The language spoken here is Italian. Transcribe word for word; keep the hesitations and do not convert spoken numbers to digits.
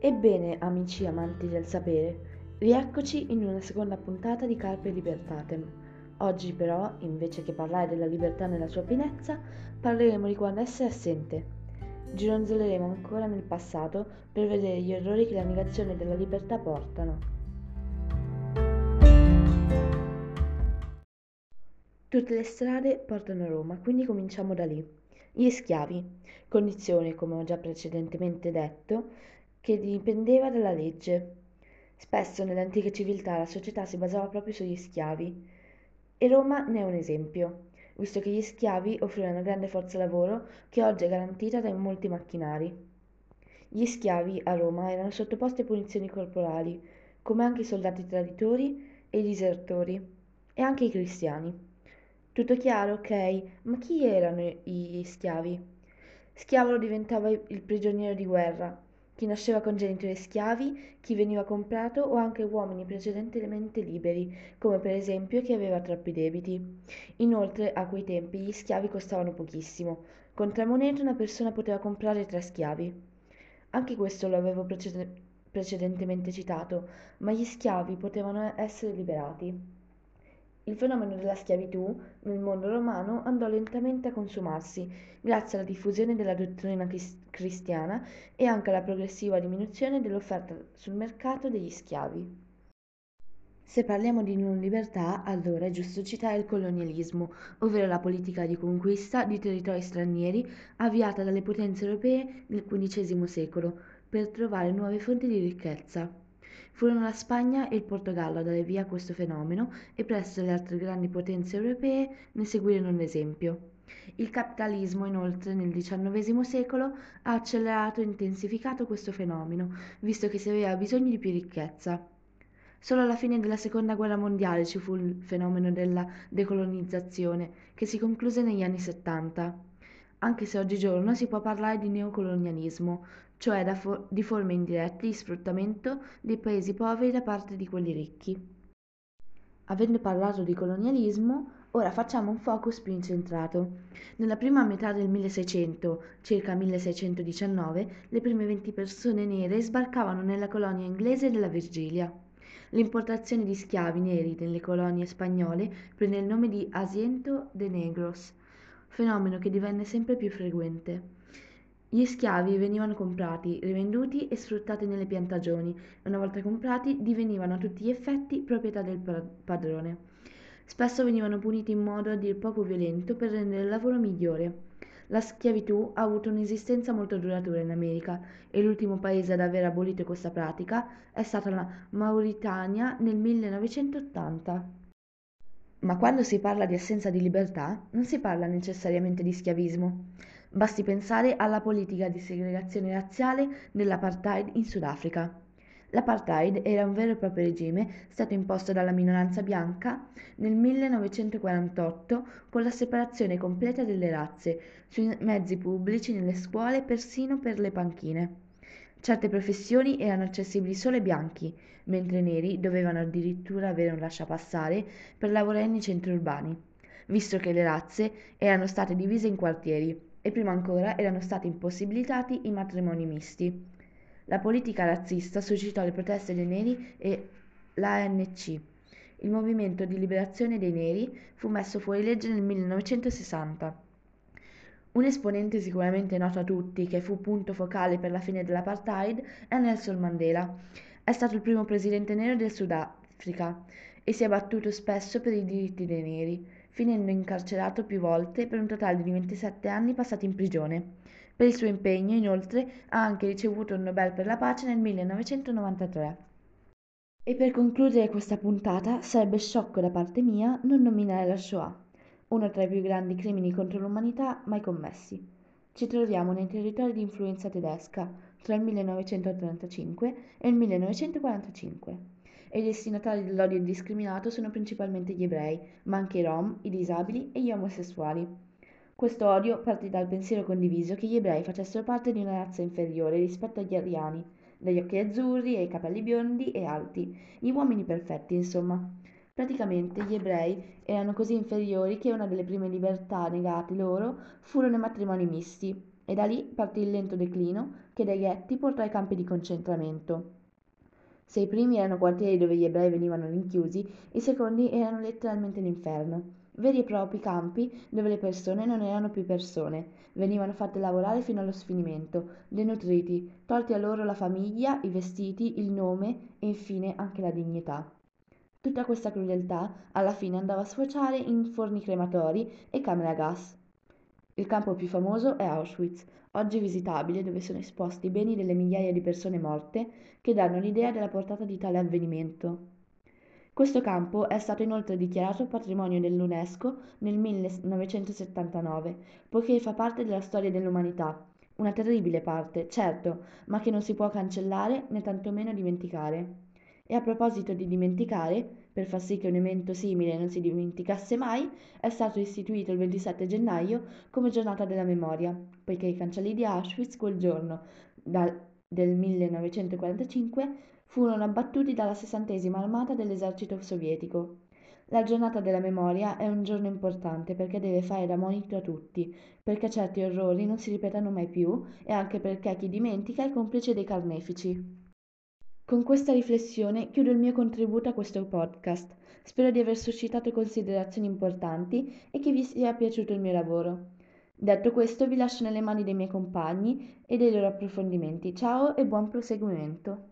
Ebbene, amici amanti del sapere, rieccoci in una seconda puntata di Carpe Libertatem. Oggi però, invece che parlare della libertà nella sua pienezza, parleremo di quando essa è assente. Gironzoleremo ancora nel passato per vedere gli errori che la negazione della libertà portano. Tutte le strade portano a Roma, quindi cominciamo da lì. Gli schiavi, condizione, come ho già precedentemente detto, che dipendeva dalla legge. Spesso nelle antiche civiltà la società si basava proprio sugli schiavi e Roma ne è un esempio, visto che gli schiavi offrivano una grande forza lavoro che oggi è garantita da molti macchinari. Gli schiavi a Roma erano sottoposti a punizioni corporali, come anche i soldati traditori e i disertori, e anche i cristiani. Tutto chiaro, ok? Ma chi erano gli schiavi? Schiavo diventava il prigioniero di guerra, chi nasceva con genitori schiavi, chi veniva comprato o anche uomini precedentemente liberi, come per esempio chi aveva troppi debiti. Inoltre, a quei tempi gli schiavi costavano pochissimo. Con tre monete una persona poteva comprare tre schiavi. Anche questo lo avevo precede- precedentemente citato, ma gli schiavi potevano essere liberati. Il fenomeno della schiavitù nel mondo romano andò lentamente a consumarsi, grazie alla diffusione della dottrina chris- cristiana e anche alla progressiva diminuzione dell'offerta sul mercato degli schiavi. Se parliamo di non libertà, allora è giusto citare il colonialismo, ovvero la politica di conquista di territori stranieri avviata dalle potenze europee nel quindicesimo secolo per trovare nuove fonti di ricchezza. Furono la Spagna e il Portogallo a dare via a questo fenomeno e presto le altre grandi potenze europee ne seguirono l'esempio. Il capitalismo, inoltre, nel diciannovesimo secolo ha accelerato e intensificato questo fenomeno, visto che si aveva bisogno di più ricchezza. Solo alla fine della seconda guerra mondiale ci fu il fenomeno della decolonizzazione, che si concluse negli anni settanta, anche se oggigiorno si può parlare di neocolonialismo, cioè da fo- di forme indirette di sfruttamento dei paesi poveri da parte di quelli ricchi. Avendo parlato di colonialismo, ora facciamo un focus più incentrato. Nella prima metà del milleseicento, circa milleseicentodiciannove, le prime venti persone nere sbarcavano nella colonia inglese della Virgilia. L'importazione di schiavi neri nelle colonie spagnole prende il nome di Asiento de Negros, fenomeno che divenne sempre più frequente. Gli schiavi venivano comprati, rivenduti e sfruttati nelle piantagioni e una volta comprati divenivano a tutti gli effetti proprietà del padrone. Spesso venivano puniti in modo a dir poco violento per rendere il lavoro migliore. La schiavitù ha avuto un'esistenza molto duratura in America e l'ultimo paese ad aver abolito questa pratica è stata la Mauritania nel millenovecentottanta. Ma quando si parla di assenza di libertà, non si parla necessariamente di schiavismo. Basti pensare alla politica di segregazione razziale dell'apartheid in Sudafrica. L'apartheid era un vero e proprio regime stato imposto dalla minoranza bianca nel millenovecentoquarantotto con la separazione completa delle razze, sui mezzi pubblici, nelle scuole e persino per le panchine. Certe professioni erano accessibili solo ai bianchi, mentre i neri dovevano addirittura avere un lasciapassare per lavorare nei centri urbani, visto che le razze erano state divise in quartieri e prima ancora erano stati impossibilitati i matrimoni misti. La politica razzista suscitò le proteste dei neri e l'A N C, il movimento di liberazione dei neri, fu messo fuori legge nel millenovecentosessanta. Un esponente sicuramente noto a tutti, che fu punto focale per la fine dell'apartheid, è Nelson Mandela. È stato il primo presidente nero del Sudafrica e si è battuto spesso per i diritti dei neri, finendo incarcerato più volte per un totale di ventisette anni passati in prigione. Per il suo impegno, inoltre, ha anche ricevuto il Nobel per la pace nel millenovecentonovantatré. E per concludere questa puntata, sarebbe sciocco da parte mia non nominare la Shoah, uno tra i più grandi crimini contro l'umanità mai commessi. Ci troviamo nei territori di influenza tedesca tra il millenovecentotrentacinque e il millenovecentoquarantacinque e i destinatari dell'odio indiscriminato sono principalmente gli ebrei, ma anche i rom, i disabili e gli omosessuali. Questo odio partì dal pensiero condiviso che gli ebrei facessero parte di una razza inferiore rispetto agli ariani, dagli occhi azzurri e i capelli biondi e alti, gli uomini perfetti, insomma. Praticamente gli ebrei erano così inferiori che una delle prime libertà negate loro furono i matrimoni misti, e da lì partì il lento declino che dai ghetti portò ai campi di concentramento. Se i primi erano quartieri dove gli ebrei venivano rinchiusi, i secondi erano letteralmente l'inferno, veri e propri campi dove le persone non erano più persone, venivano fatte lavorare fino allo sfinimento, denutriti, tolti a loro la famiglia, i vestiti, il nome e infine anche la dignità. Tutta questa crudeltà alla fine andava a sfociare in forni crematori e camere a gas. Il campo più famoso è Auschwitz, oggi visitabile, dove sono esposti i beni delle migliaia di persone morte che danno l'idea della portata di tale avvenimento. Questo campo è stato inoltre dichiarato patrimonio dell'UNESCO nel millenovecentosettantanove, poiché fa parte della storia dell'umanità. Una terribile parte, certo, ma che non si può cancellare né tantomeno dimenticare. E a proposito di dimenticare, per far sì che un evento simile non si dimenticasse mai, è stato istituito il ventisette gennaio come giornata della memoria, poiché i cancelli di Auschwitz quel giorno dal, del millenovecentoquarantacinque furono abbattuti dalla sessantesima armata dell'esercito sovietico. La giornata della memoria è un giorno importante perché deve fare da monito a tutti, perché certi orrori non si ripetano mai più e anche perché chi dimentica è complice dei carnefici. Con questa riflessione chiudo il mio contributo a questo podcast. Spero di aver suscitato considerazioni importanti e che vi sia piaciuto il mio lavoro. Detto questo, vi lascio nelle mani dei miei compagni e dei loro approfondimenti. Ciao e buon proseguimento.